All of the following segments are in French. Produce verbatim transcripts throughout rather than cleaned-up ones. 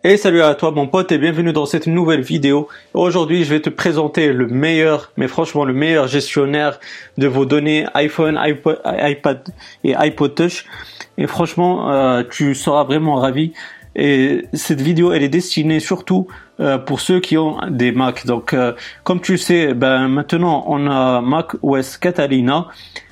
Et salut à toi mon pote et bienvenue dans cette nouvelle vidéo. Aujourd'hui je vais te présenter le meilleur, mais franchement le meilleur gestionnaire de vos données iPhone, iPod, iPad et iPod Touch. Et franchement euh, tu seras vraiment ravi. Et cette vidéo elle est destinée surtout euh, pour ceux qui ont des Mac. Donc euh, comme tu sais, ben maintenant on a macOS Catalina.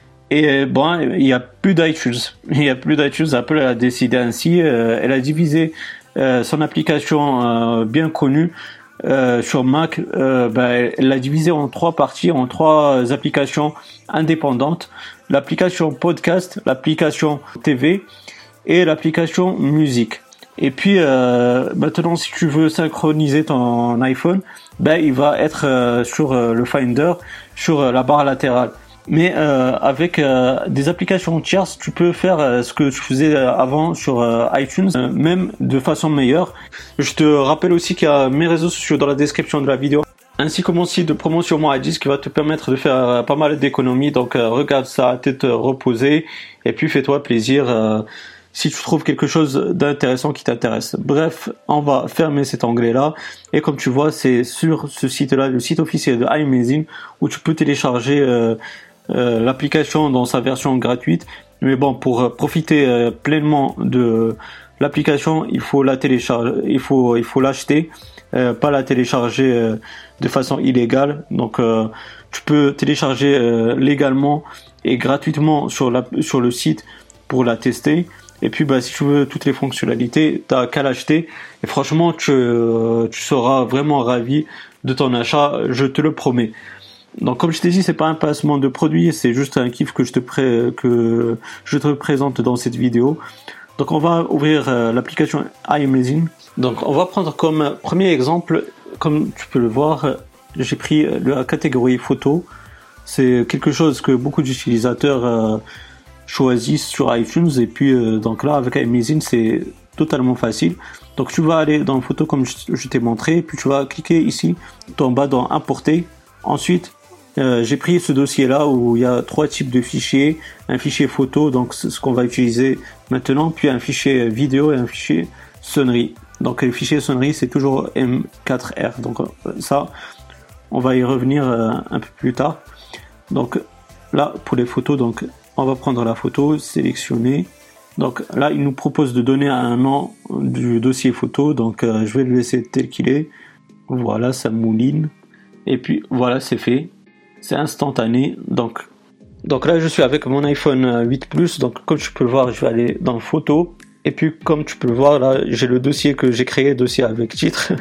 Et bon, il n'y a plus d'iTunes. Il n'y a plus d'iTunes. Apple a décidé ainsi. Euh, elle a divisé euh, son application euh, bien connue euh, sur Mac. Euh, ben, elle l'a divisé en trois parties, en trois applications indépendantes. L'application podcast, l'application T V et l'application musique. Et puis euh, maintenant, si tu veux synchroniser ton iPhone, ben il va être euh, sur euh, le Finder, sur euh, la barre latérale. Mais euh, avec euh, des applications tierces, tu peux faire euh, ce que tu faisais avant sur euh, iTunes, euh, même de façon meilleure. Je te rappelle aussi qu'il y a mes réseaux sociaux dans la description de la vidéo, ainsi que mon site de promotion Moi à dix qui va te permettre de faire euh, pas mal d'économies. Donc euh, regarde ça à tête reposée et puis fais-toi plaisir euh, si tu trouves quelque chose d'intéressant qui t'intéresse. Bref, on va fermer cet onglet-là. Et comme tu vois, c'est sur ce site-là, le site officiel de iMazing, où tu peux télécharger euh, Euh, l'application dans sa version gratuite. Mais bon, pour euh, profiter euh, pleinement de l'application, il faut la télécharger, il faut il faut l'acheter, euh, pas la télécharger euh, de façon illégale. Donc euh, tu peux télécharger euh, légalement et gratuitement sur la sur le site pour la tester. Et puis bah si tu veux toutes les fonctionnalités, t'as qu'à l'acheter. Et franchement, tu euh, tu seras vraiment ravi de ton achat, je te le promets. Donc comme je t'ai dit, c'est pas un placement de produit, c'est juste un kiff que je te pré... que je te présente dans cette vidéo. Donc on va ouvrir euh, l'application iMazing. Donc on va prendre comme premier exemple, comme tu peux le voir, j'ai pris la catégorie photo. C'est quelque chose que beaucoup d'utilisateurs euh, choisissent sur iTunes. Et puis euh, donc là avec iMazing c'est totalement facile. Donc tu vas aller dans photo comme je, je t'ai montré, puis tu vas cliquer ici tout en bas dans importer. Ensuite Euh, j'ai pris ce dossier là où il y a trois types de fichiers, un fichier photo, donc c'est ce qu'on va utiliser maintenant, puis un fichier vidéo et un fichier sonnerie. Donc le fichier sonnerie c'est toujours M quatre R, donc ça on va y revenir euh, un peu plus tard. Donc là pour les photos, donc on va prendre la photo, sélectionner. Donc là il nous propose de donner un nom du dossier photo, donc euh, je vais le laisser tel qu'il est. Voilà, ça mouline et puis voilà, c'est fait. C'est instantané. Donc, donc là, je suis avec mon iPhone huit Plus. Donc, comme tu peux le voir, je vais aller dans Photos. Et puis, comme tu peux le voir, là, j'ai le dossier que j'ai créé, dossier avec titre.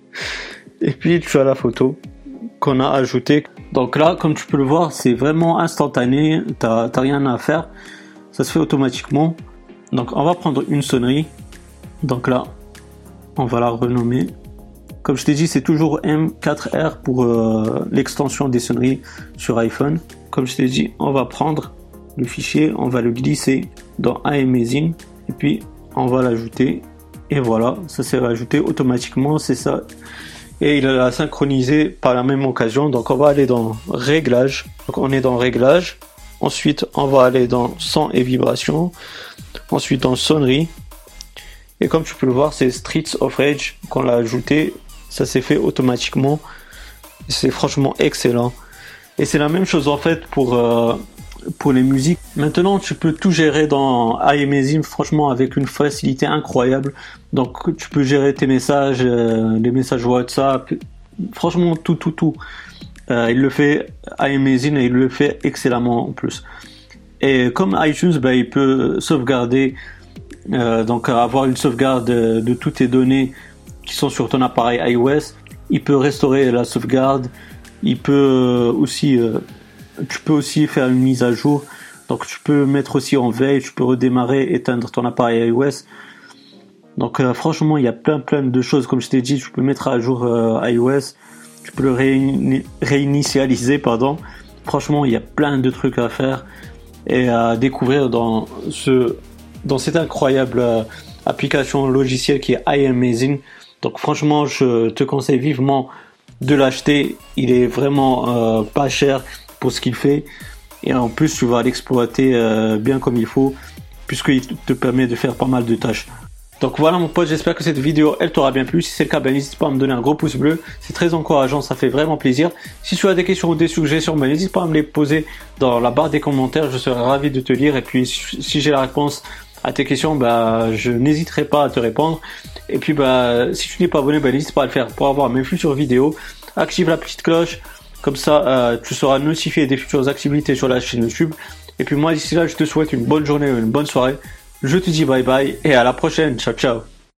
Et puis, tu as la photo qu'on a ajoutée. Donc là, comme tu peux le voir, c'est vraiment instantané. T'as, t'as rien à faire. Ça se fait automatiquement. Donc, on va prendre une sonnerie. Donc là, on va la renommer. Comme je t'ai dit, c'est toujours M quatre R pour euh, l'extension des sonneries sur iPhone. Comme je t'ai dit, on va prendre le fichier, on va le glisser dans iMazing et puis on va l'ajouter. Et voilà, ça s'est rajouté automatiquement, c'est ça. Et il a synchronisé par la même occasion. Donc on va aller dans Réglages. Donc on est dans Réglages. Ensuite, on va aller dans Son et Vibrations. Ensuite, dans Sonnerie. Et comme tu peux le voir, c'est Streets of Rage qu'on l'a ajouté. Ça s'est fait automatiquement. C'est franchement excellent. Et c'est la même chose en fait pour euh, pour les musiques. Maintenant, tu peux tout gérer dans iMazing, franchement avec une facilité incroyable. Donc, tu peux gérer tes messages, euh, les messages WhatsApp, franchement tout, tout, tout. Euh, il le fait iMazing et il le fait excellemment en plus. Et comme iTunes, bah, il peut sauvegarder, euh, donc avoir une sauvegarde de, de toutes tes données qui sont sur ton appareil iOS. Il peut restaurer la sauvegarde. Il peut aussi, euh, tu peux aussi faire une mise à jour. Donc tu peux mettre aussi en veille. Tu peux redémarrer, éteindre ton appareil iOS. Donc euh, franchement, il y a plein plein de choses. Comme je t'ai dit, tu peux mettre à jour euh, iOS. Tu peux le réini- réinitialiser, pardon. Franchement, il y a plein de trucs à faire et à découvrir dans ce, dans cette incroyable euh, application logicielle qui est iMazing. Donc franchement, je te conseille vivement de l'acheter. Il est vraiment euh, pas cher pour ce qu'il fait. Et en plus, tu vas l'exploiter euh, bien comme il faut, puisqu'il te permet de faire pas mal de tâches. Donc voilà mon pote, j'espère que cette vidéo elle t'aura bien plu. Si c'est le cas, ben, n'hésite pas à me donner un gros pouce bleu, c'est très encourageant, ça fait vraiment plaisir. Si tu as des questions ou des suggestions, ben, n'hésite pas à me les poser dans la barre des commentaires, je serai ravi de te lire. Et puis si j'ai la réponse à tes questions, ben, je n'hésiterai pas à te répondre. Et puis ben, si tu n'es pas abonné, ben, n'hésite pas à le faire pour avoir mes futures vidéos. Active la petite cloche, comme ça euh, tu seras notifié des futures activités sur la chaîne YouTube. Et puis moi d'ici là, je te souhaite une bonne journée, une bonne soirée. Je te dis bye bye et à la prochaine. Ciao ciao.